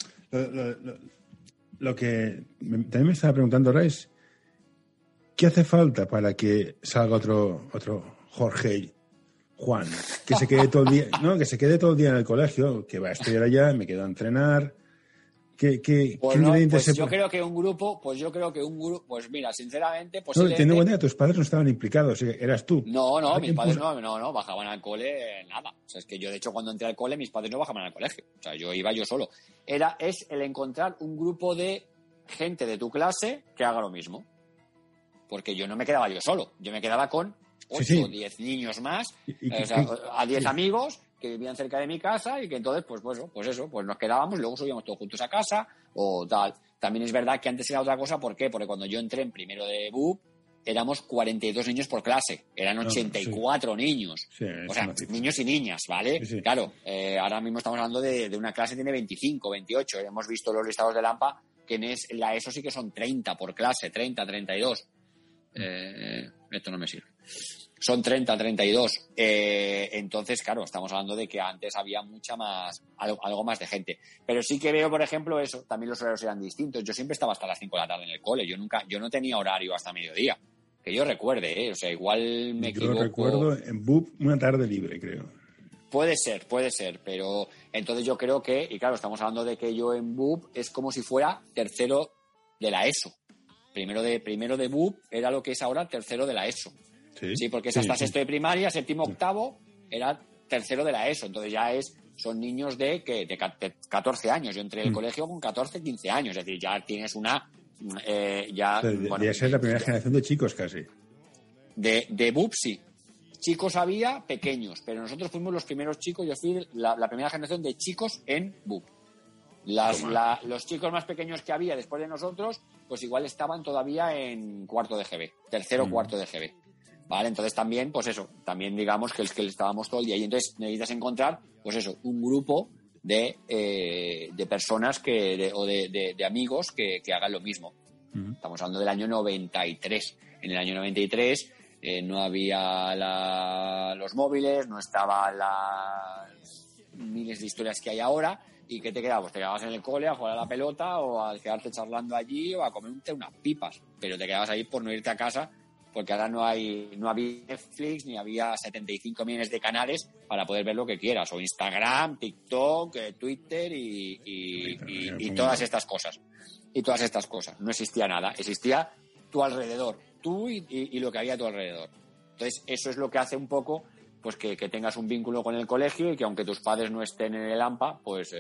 Lo que también me estaba preguntando ahora es ¿qué hace falta para que salga otro Jorge Juan? Que se quede todo el día, no, que se quede todo el día en el colegio, que va a estudiar allá, me quedo a entrenar. Pues no, pues yo creo que un grupo, pues mira, sinceramente, posiblemente... Teniendo en cuenta que tus padres no estaban implicados, eras tú. No, mis padres no bajaban al cole, nada. O sea, es que yo, de hecho, cuando entré al cole, mis padres no bajaban al colegio. O sea, yo iba yo solo. Es el encontrar un grupo de gente de tu clase que haga lo mismo. Porque yo no me quedaba yo solo. Yo me quedaba con 8 o 10 niños más, a 10 amigos que vivían cerca de mi casa y que entonces, pues nos quedábamos y luego subíamos todos juntos a casa o tal. También es verdad que antes era otra cosa, ¿por qué? Porque cuando yo entré en primero de BUP éramos 42 niños por clase, eran 84 niños. Sí, o sea, niños y niñas, ¿vale? Sí. Claro, ahora mismo estamos hablando de una clase que tiene 25, 28. Hemos visto los listados del AMPA que en la ESO sí que son 30 por clase, 30, 32. Esto no me sirve. Son 30, 32. Entonces, claro, estamos hablando de que antes había mucha más, algo más de gente. Pero sí que veo, por ejemplo, eso, también los horarios eran distintos. Yo siempre estaba hasta las 5 de la tarde en el cole. Yo no tenía horario hasta mediodía. Que yo recuerde, o sea, igual me equivoco. Yo recuerdo en BUP una tarde libre, creo. Puede ser, pero entonces yo creo que, y claro, estamos hablando de que yo en BUP es como si fuera tercero de la ESO. Primero de BUP era lo que es ahora tercero de la ESO. Sí, porque es hasta sexto de primaria, séptimo, octavo, era tercero de la ESO. Entonces ya son niños de 14 años. Yo entré en el colegio con 14, 15 años. Es decir, ya tienes una... Debía ser la primera generación de chicos casi. De BUP sí. Chicos había pequeños, pero nosotros fuimos los primeros chicos. Yo fui la primera generación de chicos en BUP. Los chicos más pequeños que había después de nosotros, pues igual estaban todavía en cuarto de GB, tercero, cuarto de GB. Vale, entonces también, pues eso, también digamos que estábamos todo el día. Y entonces necesitas encontrar, pues eso, un grupo de personas o de amigos que hagan lo mismo. Estamos hablando del año 93. En el año 93 no había los móviles, no estaban las miles de historias que hay ahora. ¿Y qué te quedabas? Te quedabas en el cole a jugar a la pelota o a quedarte charlando allí o a comerte unas pipas. Pero te quedabas ahí por no irte a casa, porque ahora no había Netflix ni había 75 millones de canales para poder ver lo que quieras. O Instagram, TikTok, Twitter y todas estas cosas. Y todas estas cosas. No existía nada. Existía tu alrededor. Tú y lo que había a tu alrededor. Entonces, eso es lo que hace un poco pues que tengas un vínculo con el colegio y que aunque tus padres no estén en el AMPA, pues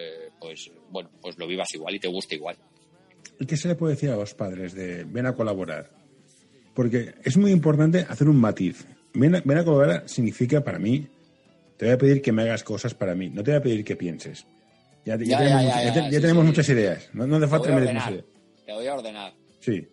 lo vivas igual y te guste igual. ¿Y qué se le puede decir a los padres de ven a colaborar? Porque es muy importante hacer un matiz. Ven a colaborar significa para mí, te voy a pedir que me hagas cosas para mí, no te voy a pedir que pienses. Ya tenemos muchas ideas. No hace falta meter muchas ideas. Te voy a ordenar. Sí.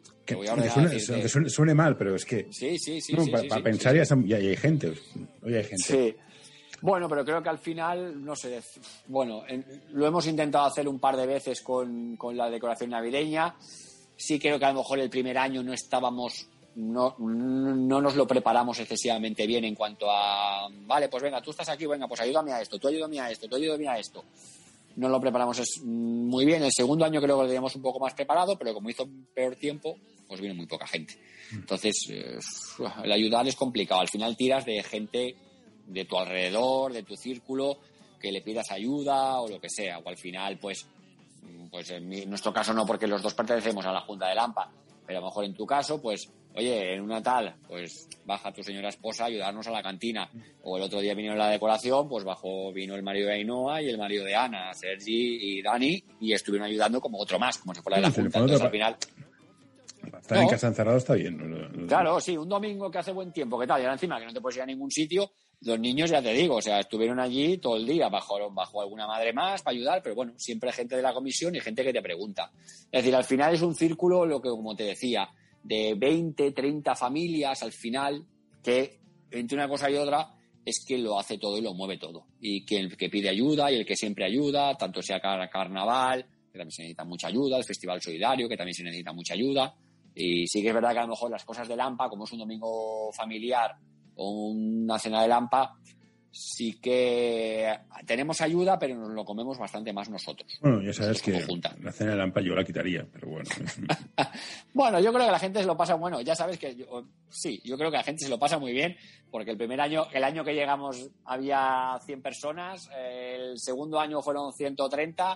Que suene mal, pero es que... Sí. Para pensar ya hay gente. Hoy hay gente. Sí. Bueno, pero creo que al final, no sé... Bueno, lo hemos intentado hacer un par de veces con la decoración navideña. Sí creo que a lo mejor el primer año no estábamos... No nos lo preparamos excesivamente bien en cuanto a... Vale, pues venga, tú estás aquí, venga, pues ayúdame a esto, tú ayúdame a esto, tú ayúdame a esto. No lo preparamos muy bien. El segundo año creo que lo teníamos un poco más preparado, pero como hizo peor tiempo, pues vino muy poca gente. Entonces, el ayudar es complicado. Al final tiras de gente de tu alrededor, de tu círculo, que le pidas ayuda o lo que sea. O al final, pues en nuestro caso no, porque los dos pertenecemos a la Junta del AMPA. Pero a lo mejor en tu caso, pues, oye, en una tal, pues baja tu señora esposa a ayudarnos a la cantina. O el otro día vinieron la decoración, pues vino el marido de Ainhoa y el marido de Ana, Sergi y Dani, y estuvieron ayudando como otro más, como si fuera de la Junta. Entonces al final... Estar en casa encerrado está bien. Claro, sí, un domingo que hace buen tiempo, ¿qué tal? Y ahora encima que no te puedes ir a ningún sitio, los niños, ya te digo, o sea, estuvieron allí todo el día, bajo alguna madre más para ayudar, pero bueno, siempre hay gente de la comisión y gente que te pregunta. Es decir, al final es un círculo, lo que, como te decía, de 20, 30 familias al final, que entre una cosa y otra es que lo hace todo y lo mueve todo. Y que el que pide ayuda y el que siempre ayuda, tanto sea carnaval, que también se necesita mucha ayuda, el Festival Solidario, que también se necesita mucha ayuda. Y sí que es verdad que a lo mejor las cosas del AMPA, como es un domingo familiar o una cena del AMPA, sí que tenemos ayuda, pero nos lo comemos bastante más nosotros. Bueno, ya sabes que la cena del AMPA yo la quitaría, pero bueno. Bueno, yo creo que la gente se lo pasa, bueno, ya sabes que yo creo que la gente se lo pasa muy bien, porque el año que llegamos había 100 personas, el segundo año fueron 130,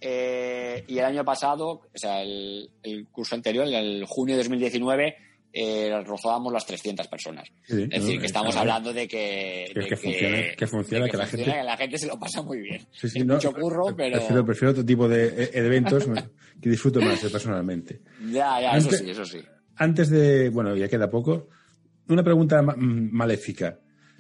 Y el año pasado, o sea, el curso anterior, el junio de 2019, rozábamos las 300 personas. Sí, es decir, que estamos hablando de que funciona, que la gente se lo pasa muy bien. Sí, es mucho curro, pero... Prefiero otro tipo de eventos que disfruto más personalmente. Ya, eso sí. Antes de... Bueno, ya queda poco. Una pregunta maléfica.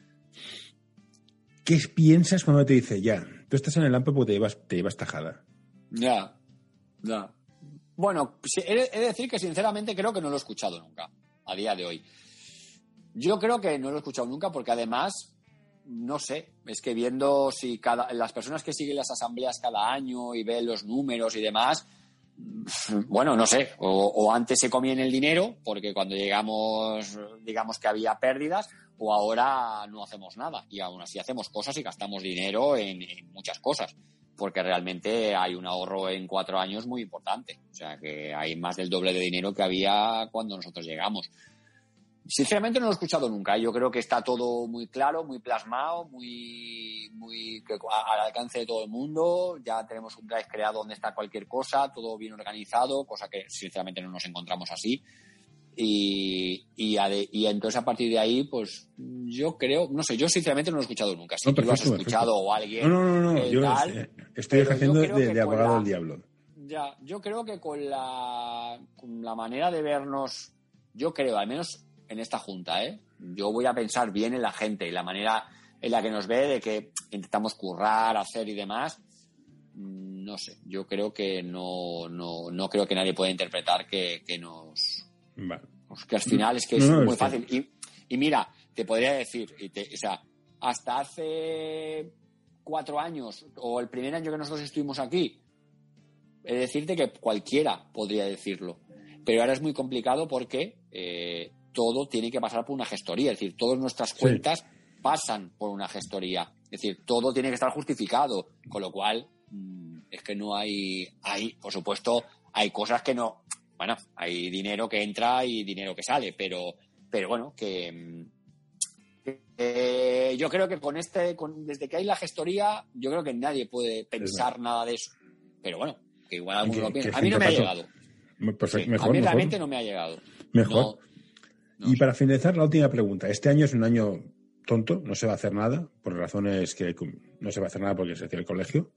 ¿Qué piensas cuando te dice, ya, tú estás en el AMPA porque te llevas tajada? Ya. Bueno, he de decir que sinceramente creo que no lo he escuchado nunca, a día de hoy. Yo creo que no lo he escuchado nunca porque además, no sé, es que viendo si las personas que siguen las asambleas cada año y ven los números y demás, bueno, no sé, o antes se comían el dinero porque cuando llegamos, digamos que había pérdidas, o ahora no hacemos nada y aún así hacemos cosas y gastamos dinero en muchas cosas. Porque realmente hay un ahorro en 4 años muy importante. O sea, que hay más del doble de dinero que había cuando nosotros llegamos. Sinceramente no lo he escuchado nunca. Yo creo que está todo muy claro, muy plasmado, muy al alcance de todo el mundo. Ya tenemos un drive creado donde está cualquier cosa, todo bien organizado, cosa que sinceramente no nos encontramos así. Y entonces a partir de ahí, pues yo creo, no sé, yo sinceramente no lo he escuchado nunca. Si tú lo has escuchado o alguien. No, yo estoy ejerciendo de abogado del diablo. Ya, yo creo que con la manera de vernos, yo creo, al menos en esta junta, yo voy a pensar bien en la gente y la manera en la que nos ve, de que intentamos currar, hacer y demás. No sé, yo creo que no creo que nadie pueda interpretar que nos... Vale. Pues que al final es que es muy fácil. Y mira, te podría decir, o sea, hasta hace 4 años o el primer año que nosotros estuvimos aquí, he de decirte que cualquiera podría decirlo. Pero ahora es muy complicado porque todo tiene que pasar por una gestoría. Es decir, todas nuestras cuentas pasan por una gestoría. Es decir, todo tiene que estar justificado. Con lo cual, es que no hay, por supuesto, hay cosas que no... Bueno, hay dinero que entra y dinero que sale, pero bueno, que yo creo que desde que hay la gestoría, yo creo que nadie puede pensar nada de eso. Pero bueno, que igual alguno lo piensa. A mí no me ha llegado. Perfecto, sí, mejor, a mí realmente no me ha llegado. Mejor. No, y para finalizar, la última pregunta. Este año es un año tonto, no se va a hacer nada, por razones que no se va a hacer nada porque se cierra el colegio.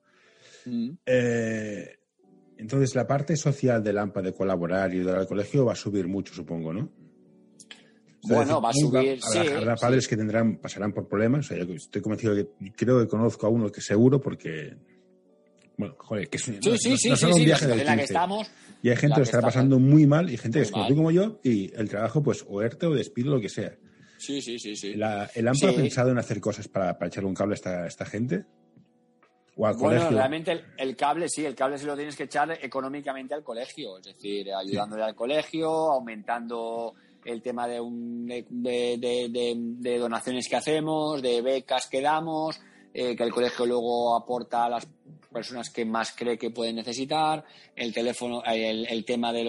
Entonces, la parte social del AMPA de colaborar y ayudar al colegio va a subir mucho, supongo, ¿no? O sea, bueno, va a subir, habrá padres que pasarán por problemas. O sea, yo estoy convencido creo que conozco a uno que seguro porque... Bueno, joder, que es un viaje del 15. La que estamos, y hay gente que lo estará pasando muy mal y gente que es como tú como yo y el trabajo, pues, o ERTE o despido, lo que sea. Sí. ¿El AMPA ha pensado en hacer cosas para echarle un cable a esta gente? ¿O al colegio? Realmente el cable se lo tienes que echar económicamente al colegio, es decir, ayudándole al colegio, aumentando el tema de donaciones que hacemos, de becas que damos, que el colegio luego aporta a las personas que más cree que pueden necesitar, el teléfono, el tema de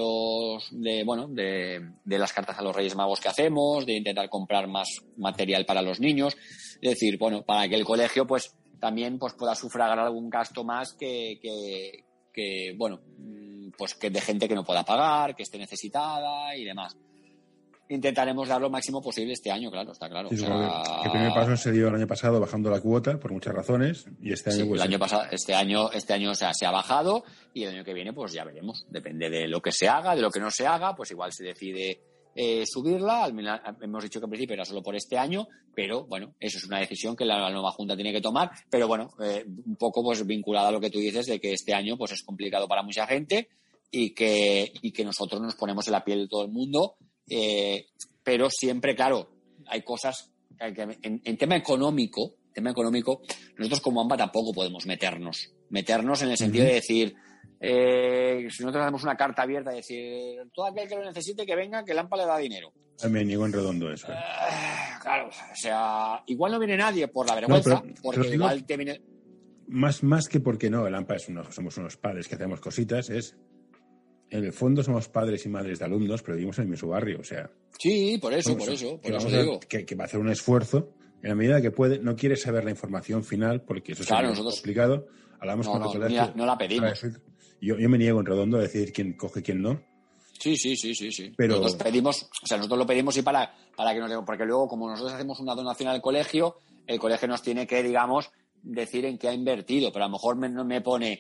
las cartas a los Reyes Magos que hacemos, de intentar comprar más material para los niños, es decir, bueno, para que el colegio pues también pues pueda sufragar algún gasto más que bueno, pues que de gente que no pueda pagar, que esté necesitada y demás. Intentaremos dar lo máximo posible este año, claro, está claro. Sí, el primer paso se dio el año pasado bajando la cuota por muchas razones y este año pues... este año o sea, se ha bajado y el año que viene pues ya veremos. Depende de lo que se haga, de lo que no se haga, pues igual se decide subirla. Hemos dicho que en principio era solo por este año, pero bueno, eso es una decisión que la nueva Junta tiene que tomar, pero bueno, un poco pues vinculada a lo que tú dices de que este año pues es complicado para mucha gente y que nosotros nos ponemos en la piel de todo el mundo, pero siempre, claro, hay cosas que en tema económico, nosotros como AMPA tampoco podemos meternos en el sentido de decir, si nosotros hacemos una carta abierta y decir, todo aquel que lo necesite que venga, que el AMPA le da dinero. Me niego en redondo eso. Claro, o sea, igual no viene nadie por la vergüenza, porque igual te viene... Más que porque no, el AMPA somos unos padres que hacemos cositas, en el fondo somos padres y madres de alumnos, pero vivimos en el mismo barrio, o sea... Sí, por eso digo. Que va a hacer un esfuerzo en la medida que puede, no quiere saber la información final, porque eso es complicado. Hablamos con el colegio. No la pedimos. Yo me niego en redondo a decidir quién coge y quién no. Sí. Pero nosotros lo pedimos y para que nos den, porque luego, como nosotros hacemos una donación al colegio, el colegio nos tiene que, digamos, decir en qué ha invertido, pero a lo mejor me pone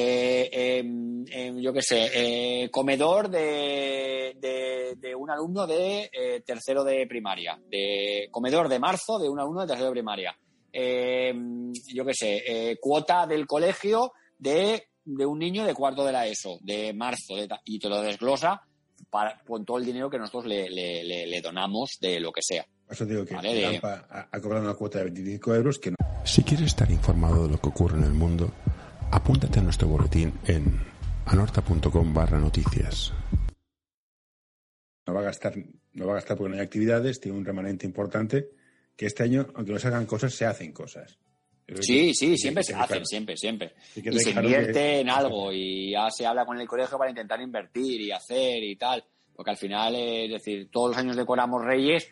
yo qué sé, comedor de un alumno de tercero de primaria, de comedor de marzo de un alumno de tercero de primaria, yo qué sé, cuota del colegio de un niño de cuarto de la ESO, de marzo, y te lo desglosa con todo el dinero que nosotros le donamos de lo que sea. Por eso digo que AMPA ha cobrado una cuota de 25 euros que no. Si quieres estar informado de lo que ocurre en el mundo, apúntate a nuestro boletín en anorta.com/noticias. No va a gastar porque no hay actividades, tiene un remanente importante, que este año, aunque no se hagan cosas, se hacen cosas. Sí, siempre se hacen, siempre. Y se invierte en algo y ya se habla con el colegio para intentar invertir y hacer y tal. Porque al final, es decir, todos los años decoramos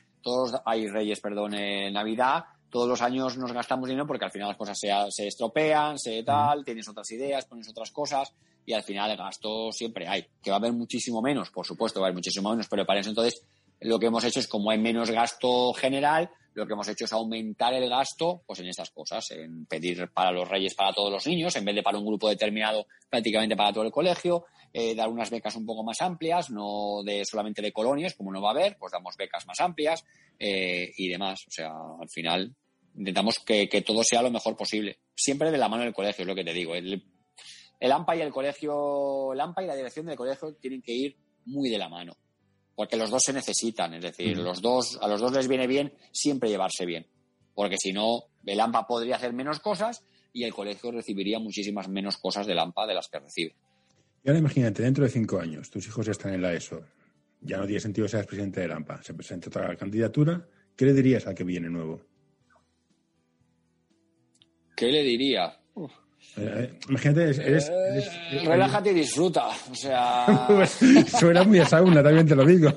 Navidad, todos los años nos gastamos dinero porque al final las cosas se estropean, tienes otras ideas, pones otras cosas y al final el gasto siempre hay. Que va a haber muchísimo menos, por supuesto, va a haber muchísimo menos, pero para eso entonces lo que hemos hecho es, como hay menos gasto general, lo que hemos hecho es aumentar el gasto pues en estas cosas, en pedir para los Reyes para todos los niños, en vez de para un grupo determinado, prácticamente para todo el colegio, dar unas becas un poco más amplias, no solamente de colonias, como no va a haber, pues damos becas más amplias y demás. O sea, al final intentamos que todo sea lo mejor posible. Siempre de la mano del colegio, es lo que te digo. El AMPA y el colegio, el AMPA y la dirección del colegio tienen que ir muy de la mano. Porque los dos se necesitan, es decir, a los dos les viene bien siempre llevarse bien. Porque si no, el AMPA podría hacer menos cosas y el colegio recibiría muchísimas menos cosas del AMPA de las que recibe. Y ahora imagínate, dentro de 5 años, tus hijos ya están en la ESO, ya no tiene sentido que seas presidente del AMPA, se presenta otra candidatura, ¿qué le dirías al que viene nuevo? ¿Qué le diría? Imagínate, relájate y disfruta, o sea... Suena muy a sauna, también te lo digo.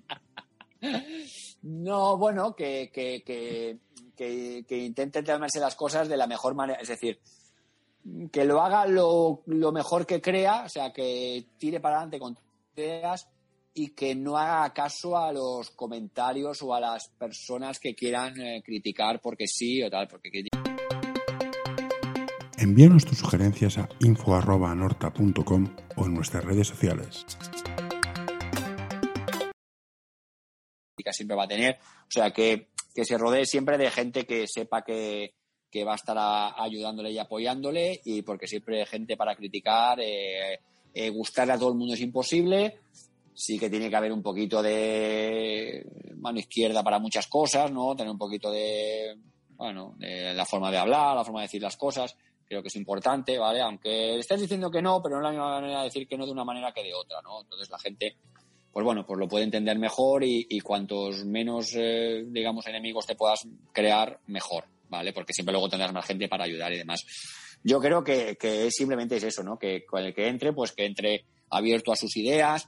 No, bueno, que intente tomarse las cosas de la mejor manera, es decir, que lo haga lo mejor que crea, o sea, que tire para adelante con ideas y que no haga caso a los comentarios o a las personas que quieran criticar porque sí o tal, porque... Envíanos tus sugerencias a info@anorta.com o en nuestras redes sociales. Siempre va a tener, o sea, que se rodee siempre de gente que sepa que va a estar ayudándole y apoyándole, y porque siempre hay gente para criticar, gustarle a todo el mundo es imposible. Sí que tiene que haber un poquito de mano izquierda para muchas cosas, ¿no? Tener un poquito de la forma de hablar, la forma de decir las cosas. Creo que es importante, ¿vale? Aunque estés diciendo que no, pero no es la misma manera de decir que no de una manera que de otra, ¿no? Entonces la gente, pues bueno, pues lo puede entender mejor y cuantos menos, digamos, enemigos te puedas crear, mejor, ¿vale? Porque siempre luego tendrás más gente para ayudar y demás. Yo creo que simplemente es eso, ¿no? Que con el que entre, pues que entre abierto a sus ideas,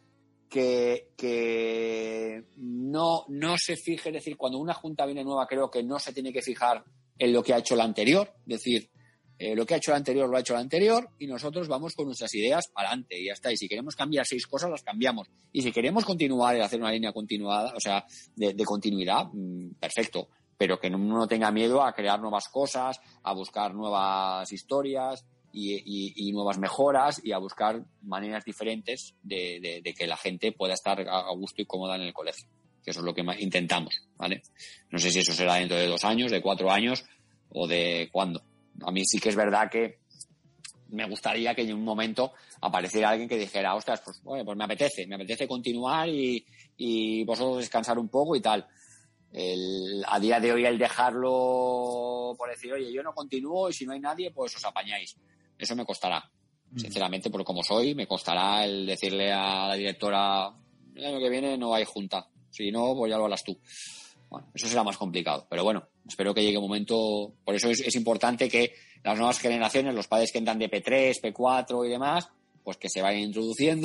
que no se fije, es decir, cuando una junta viene nueva, creo que no se tiene que fijar en lo que ha hecho la anterior, es decir, lo que ha hecho la anterior lo ha hecho la anterior y nosotros vamos con nuestras ideas para adelante y ya está. Y si queremos cambiar 6 cosas, las cambiamos. Y si queremos continuar y hacer una línea continuada, o sea, de continuidad, perfecto. Pero que no tenga miedo a crear nuevas cosas, a buscar nuevas historias y nuevas mejoras y a buscar maneras diferentes de que la gente pueda estar a gusto y cómoda en el colegio. Que eso es lo que intentamos, ¿vale? No sé si eso será dentro de 2 años, de 4 años o de cuándo. A mí sí que es verdad que me gustaría que en un momento apareciera alguien que dijera, ostras, pues bueno, pues me apetece continuar y vosotros descansar un poco y tal. A día de hoy el dejarlo por decir, oye, yo no continúo y si no hay nadie, pues os apañáis. Eso me costará. Sinceramente, por como soy, me costará el decirle a la directora, el año que viene no hay junta. Si no, pues ya lo harás tú. Bueno, eso será más complicado, pero bueno, espero que llegue un momento. Por eso es importante que las nuevas generaciones, los padres que entran de P3, P4 y demás, pues que se vayan introduciendo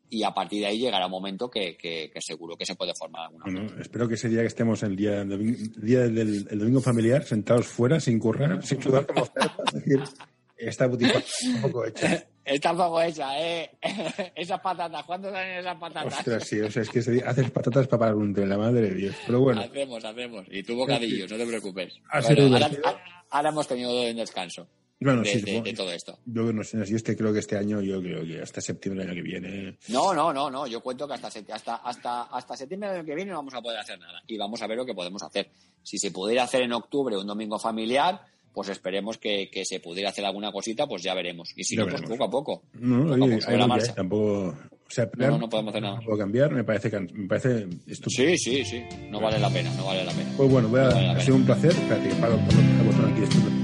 y a partir de ahí llegará un momento que seguro que se puede formar alguna. Bueno, espero que ese día que estemos el día del domingo familiar, sentados fuera, sin currar, sin sudar como cerdos, es decir, esta butifa un poco hecha. Está poco hecha, esas patatas, ¿cuándo salen esas patatas? Ostras, sí, o sea, es que haces patatas para parar un tren, la madre de Dios. Pero bueno. Hacemos. Y tú bocadillos, no te preocupes. Ahora hemos tenido un descanso. Bueno, de todo esto. Yo no sé, creo que este año, yo creo que hasta septiembre del año que viene. No. Yo cuento que hasta septiembre del año que viene no vamos a poder hacer nada. Y vamos a ver lo que podemos hacer. Si se pudiera hacer en octubre un domingo familiar, pues esperemos que se pudiera hacer alguna cosita, pues ya veremos. Y si no, pues poco a poco. Sobre la marcha. Tampoco, o sea, no podemos hacer nada. No puedo cambiar, me parece estúpido. Sí. No vale la pena. Pues bueno, ha sido un placer. Espérate, que pago el botón aquí.